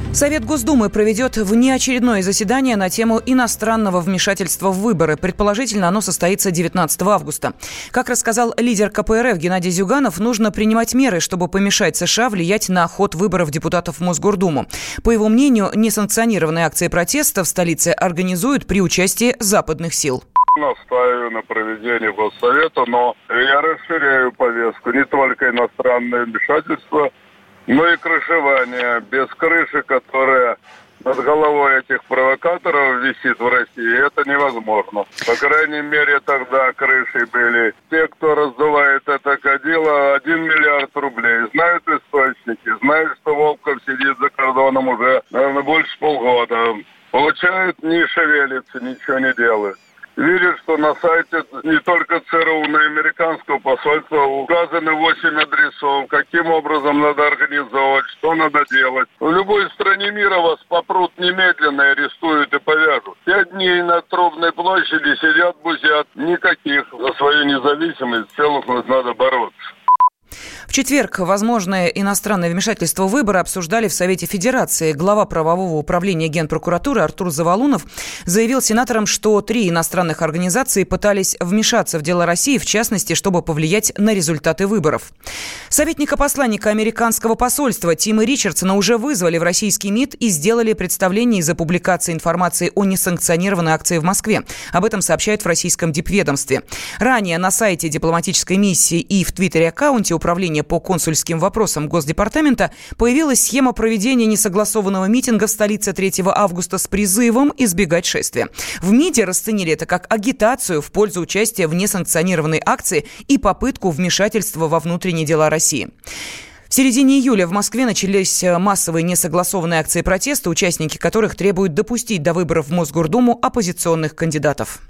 Совет Госдумы проведет внеочередное заседание на тему иностранного вмешательства в выборы. Предположительно, оно состоится 19 августа. Как рассказал лидер КПРФ Геннадий Зюганов, нужно принимать меры, чтобы помешать США влиять на ход выборов депутатов в Мосгордуму. По его мнению, несанкционированные акции протеста в столице организуют при участии западных сил. Настаиваю на проведении Госсовета, но я расширяю повестку. Не только иностранное вмешательство, но и крышевание. Без крыши, которая над головой этих провокаторов висит в России, это невозможно. По крайней мере, тогда крышей были те, кто раздувает это кадило, 1 миллиард рублей. Знают источники, знают, что Волков сидит за кордоном уже, наверное, больше полгода. Получают, не шевелится, ничего не делает. Видят, что на сайте не только ЦРУ, но и американского посольства указаны 8 адресов, каким образом надо организовывать, что надо делать. В любой стране мира вас попрут немедленно, арестуют и повяжут. 5 дней на Трубной площади сидят, бузят. Никаких. За свою независимость целостность надо бороться. В четверг возможное иностранное вмешательство в выборы обсуждали в Совете Федерации. Глава правового управления Генпрокуратуры Артур Завалунов заявил сенаторам, что 3 иностранных организации пытались вмешаться в дела России, в частности, чтобы повлиять на результаты выборов. Советника посланника американского посольства Тима Ричардсона уже вызвали в российский МИД и сделали представление из-за публикации информации о несанкционированной акции в Москве. Об этом сообщают в российском дипведомстве. Ранее на сайте дипломатической миссии и в твиттер-аккаунте Управления по консульским вопросам Госдепартамента появилась схема проведения несогласованного митинга в столице 3 августа с призывом избегать шествия. В МИДе расценили это как агитацию в пользу участия в несанкционированной акции и попытку вмешательства во внутренние дела России. В середине июля в Москве начались массовые несогласованные акции протеста, участники которых требуют допустить до выборов в Мосгордуму оппозиционных кандидатов.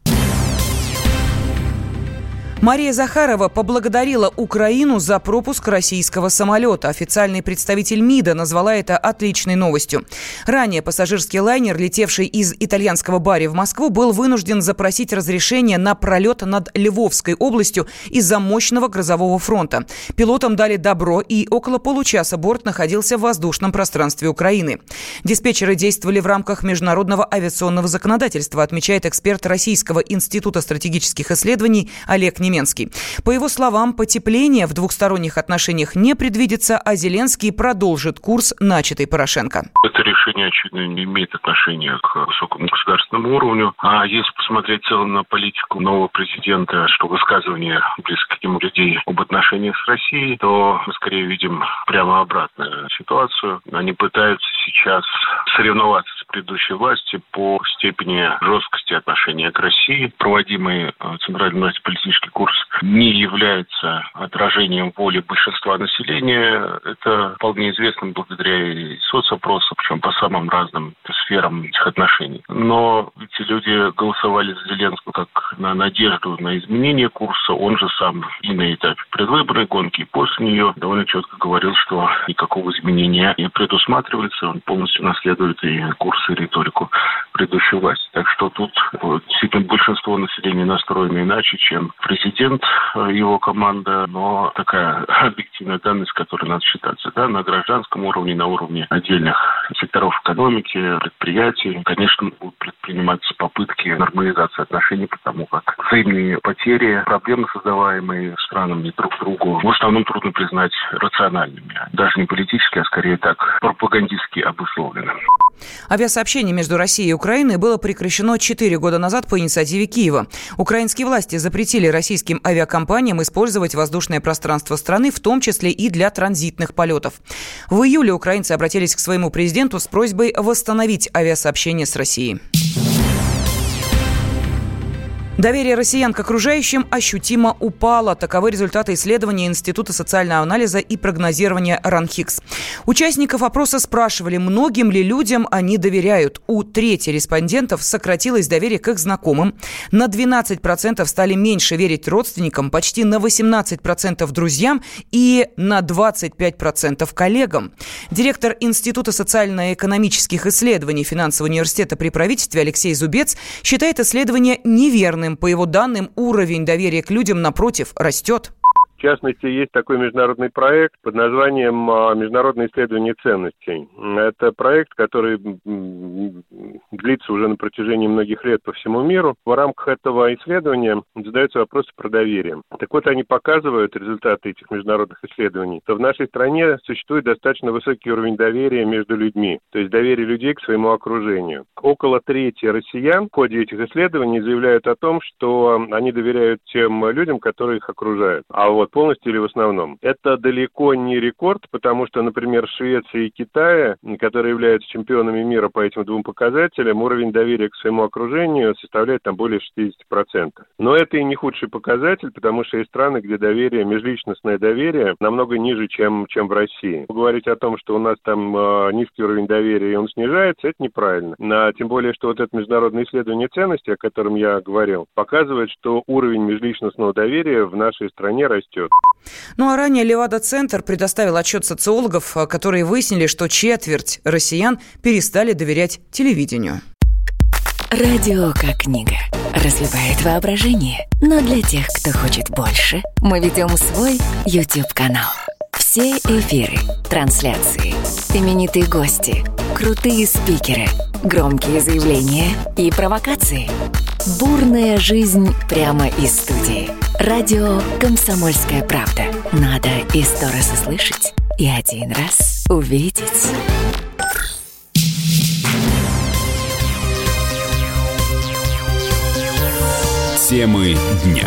Мария Захарова поблагодарила Украину за пропуск российского самолета. Официальный представитель МИДа назвала это отличной новостью. Ранее пассажирский лайнер, летевший из итальянского Бари в Москву, был вынужден запросить разрешение на пролет над Львовской областью из-за мощного грозового фронта. Пилотам дали добро, и около получаса борт находился в воздушном пространстве Украины. Диспетчеры действовали в рамках международного авиационного законодательства, отмечает эксперт Российского института стратегических исследований Олег Немецкий. По его словам, потепление в двухсторонних отношениях не предвидится, а Зеленский продолжит курс, начатый Порошенко. Это решение, очевидно, не имеет отношения к высокому государственному уровню. А если посмотреть в целом на политику нового президента, что высказывания близких к нему людей об отношениях с Россией, то мы скорее видим прямо обратную ситуацию. Они пытаются сейчас соревноваться с предыдущей властью по степени жесткости отношения к России. Проводимый центральной властью политический курс не является отражением воли большинства населения. Это вполне известно благодаря и соцопросам, причем по самым разным сферам этих отношений. Но эти люди голосовали за Зеленского как на надежду на изменение курса. Он же сам и на этапе предвыборной гонки, и после нее довольно четко говорил, что никакого изменения не предусматривается. Он полностью наследует и курс, и риторику предыдущей власти. Так что тут действительно большинство населения настроено иначе, чем президент, его команда, но такая объективная данность, с которой надо считаться. Да, на гражданском уровне, на уровне отдельных секторов экономики, предприятий, конечно, будут предприниматься попытки нормализации отношений, потому как взаимные потери, проблемы, создаваемые странами друг другу, в основном трудно признать рациональными. Даже не политически, а скорее так пропагандистски обусловленными. Авиасообщение между Россией и Украиной было прекращено 4 года назад по инициативе Киева. Украинские власти запретили российским авиакомпаниям использовать воздушное пространство страны, в том числе и для транзитных полетов. В июле украинцы обратились к своему президенту с просьбой восстановить авиасообщение с Россией. Доверие россиян к окружающим ощутимо упало. Таковы результаты исследования Института социального анализа и прогнозирования РАНХИКС. Участников опроса спрашивали, многим ли людям они доверяют. У трети респондентов сократилось доверие к их знакомым. На 12% стали меньше верить родственникам, почти на 18% друзьям и на 25% коллегам. Директор Института социально-экономических исследований Финансового университета при правительстве Алексей Зубец считает исследование неверным. По его данным, уровень доверия к людям, напротив, растет. В частности, есть такой международный проект под названием «Международное исследование ценностей». Это проект, который длится уже на протяжении многих лет по всему миру. В рамках этого исследования задаются вопросы про доверие. Так вот, они показывают результаты этих международных исследований, что в нашей стране существует достаточно высокий уровень доверия между людьми, то есть доверие людей к своему окружению. Около трети россиян в ходе этих исследований заявляют о том, что они доверяют тем людям, которые их окружают. А вот полностью или в основном. Это далеко не рекорд, потому что, например, Швеция и Китай, которые являются чемпионами мира по этим двум показателям, уровень доверия к своему окружению составляет там более 60%. Но это и не худший показатель, потому что есть страны, где доверие, межличностное доверие намного ниже, чем в России. Говорить о том, что у нас там низкий уровень доверия и он снижается, это неправильно. Тем более, что вот это международное исследование ценностей, о котором я говорил, показывает, что уровень межличностного доверия в нашей стране растет. Ну а ранее Левада-центр предоставил отчет социологов, которые выяснили, что четверть россиян перестали доверять телевидению. Радио как книга. Разливает воображение. Но для тех, кто хочет больше, мы ведем свой YouTube-канал. Все эфиры, трансляции, именитые гости, крутые спикеры, громкие заявления и провокации. Бурная жизнь прямо из студии. Радио «Комсомольская правда». Надо и 100 раз услышать, и 1 раз увидеть. Темы дня.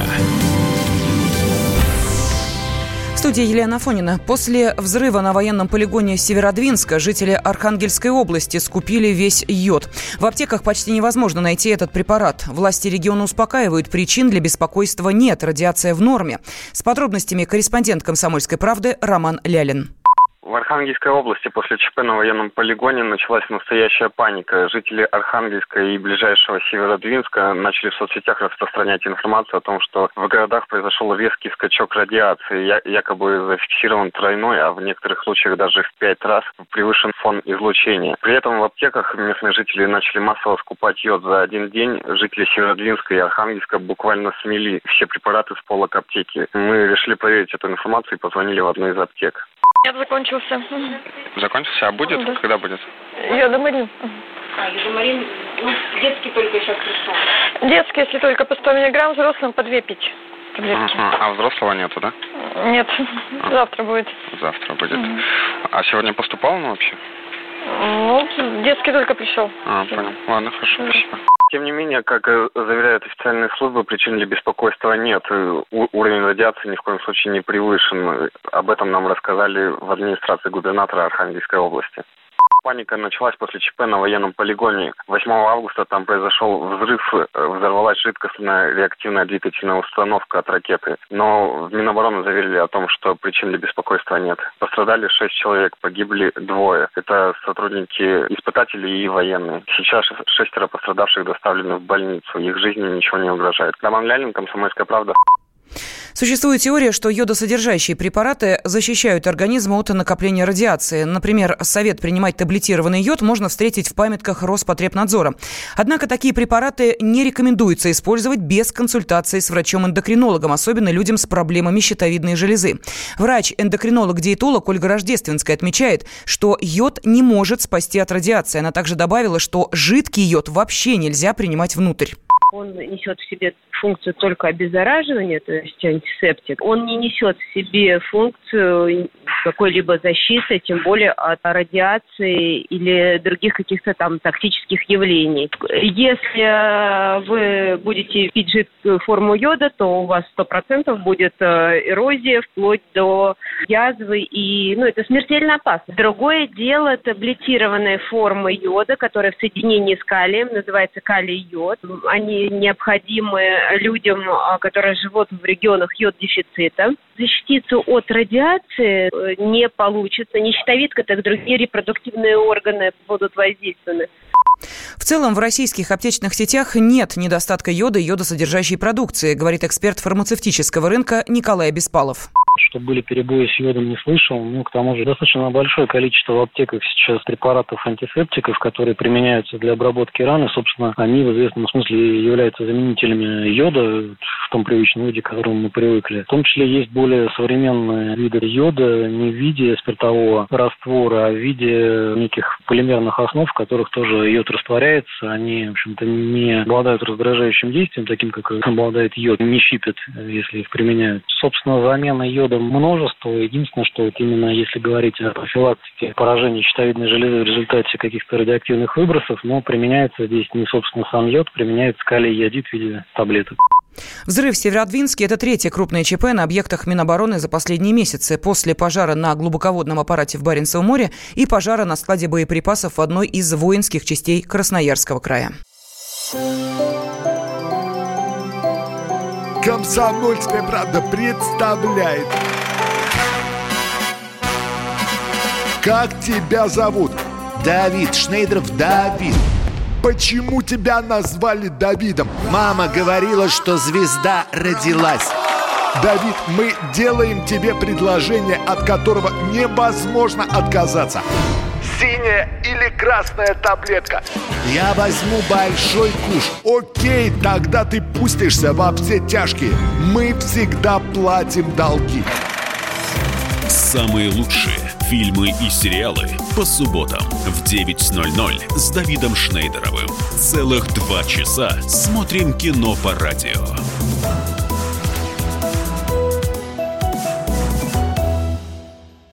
В студии Елена Афонина. После взрыва на военном полигоне Северодвинска жители Архангельской области скупили весь йод. В аптеках почти невозможно найти этот препарат. Власти региона успокаивают, причин для беспокойства нет, радиация в норме. С подробностями корреспондент «Комсомольской правды» Роман Лялин. В Архангельской области после ЧП на военном полигоне началась настоящая паника. Жители Архангельска и ближайшего Северодвинска начали в соцсетях распространять информацию о том, что в городах произошел резкий скачок радиации. Якобы зафиксирован тройной, а в некоторых случаях даже в 5 раз превышен фон излучения. При этом в аптеках местные жители начали массово скупать йод. За один день жители Северодвинска и Архангельска буквально смели все препараты с полок аптеки. Мы решили проверить эту информацию и позвонили в одну из аптек. Йод закончился. Закончился? А будет? Да. Когда будет? Йодомарин. Йодомарин, детский только сейчас пришел. Детский, если только по 100 миллиграмм, взрослым по 2 пить. А взрослого нету, да? Нет, завтра будет. Завтра будет. А сегодня поступал он вообще? Ну, детский только пришел. Понял. Ладно, хорошо, спасибо. Тем не менее, как заверяют официальные службы, причин для беспокойства нет. Уровень радиации ни в коем случае не превышен. Об этом нам рассказали в администрации губернатора Архангельской области. Паника началась после ЧП на военном полигоне. 8 августа там произошел взрыв, взорвалась жидкостная реактивная двигательная установка от ракеты. Но в Минобороны заверили о том, что причин для беспокойства нет. Пострадали 6 человек, погибли 2. Это сотрудники, испытатели и военные. Сейчас 6 пострадавших доставлены в больницу. Их жизни ничего не угрожает. Роман Лялин, «Комсомольская правда». Существует теория, что йодосодержащие препараты защищают организм от накопления радиации. Например, совет принимать таблетированный йод можно встретить в памятках Роспотребнадзора. Однако такие препараты не рекомендуется использовать без консультации с врачом-эндокринологом, особенно людям с проблемами щитовидной железы. Врач-эндокринолог-диетолог Ольга Рождественская отмечает, что йод не может спасти от радиации. Она также добавила, что жидкий йод вообще нельзя принимать внутрь. Он несет в себе функцию только обеззараживания, то есть антисептик. Он не несет в себе функцию какой-либо защиты, тем более от радиации или других каких-то там токсических явлений. Если вы будете пить жидкую форму йода, то у вас 100% будет эрозия вплоть до язвы, и это смертельно опасно. Другое дело таблетированная форма йода, которая в соединении с калием, называется калий-йод. Они необходимы людям, которые живут в регионах йод-дефицита. Защититься от радиации не получится. Ни щитовидка, так и другие репродуктивные органы будут воздействованы. В целом, в российских аптечных сетях нет недостатка йода и йодосодержащей продукции, говорит эксперт фармацевтического рынка Николай Беспалов. Что были перебои с йодом, не слышал. К тому же достаточно большое количество в аптеках сейчас препаратов антисептиков, которые применяются для обработки раны. Собственно, они в известном смысле являются заменителями йода в том привычном виде, к которому мы привыкли. В том числе есть более современные виды йода не в виде спиртового раствора, а в виде неких полимерных основ, в которых тоже йод растворяется. Они, в общем-то, не обладают раздражающим действием, таким, как обладает йод, не щипят, если их применяют. Собственно, замена йода множество. Единственное, что именно если говорить о профилактике поражения щитовидной железы в результате каких-то радиоактивных выбросов, но применяется здесь не, собственно, сам йод, применяется калий-йодид в виде таблеток. Взрыв в Северодвинске – это третье крупное ЧП на объектах Минобороны за последние месяцы, после пожара на глубоководном аппарате в Баренцевом море и пожара на складе боеприпасов в одной из воинских частей Красноярского края. «Комсомольская правда» представляет. Как тебя зовут? Давид. Шнейдров Давид. Почему тебя назвали Давидом? Мама говорила, что звезда родилась. Давид, мы делаем тебе предложение, от которого невозможно отказаться. Синяя или красная таблетка? Я возьму большой куш. Окей, тогда ты пустишься во все тяжкие. Мы всегда платим долги. Самые лучшие фильмы и сериалы по субботам в 9:00 с Давидом Шнейдеровым. Целых 2 часа смотрим кино по радио.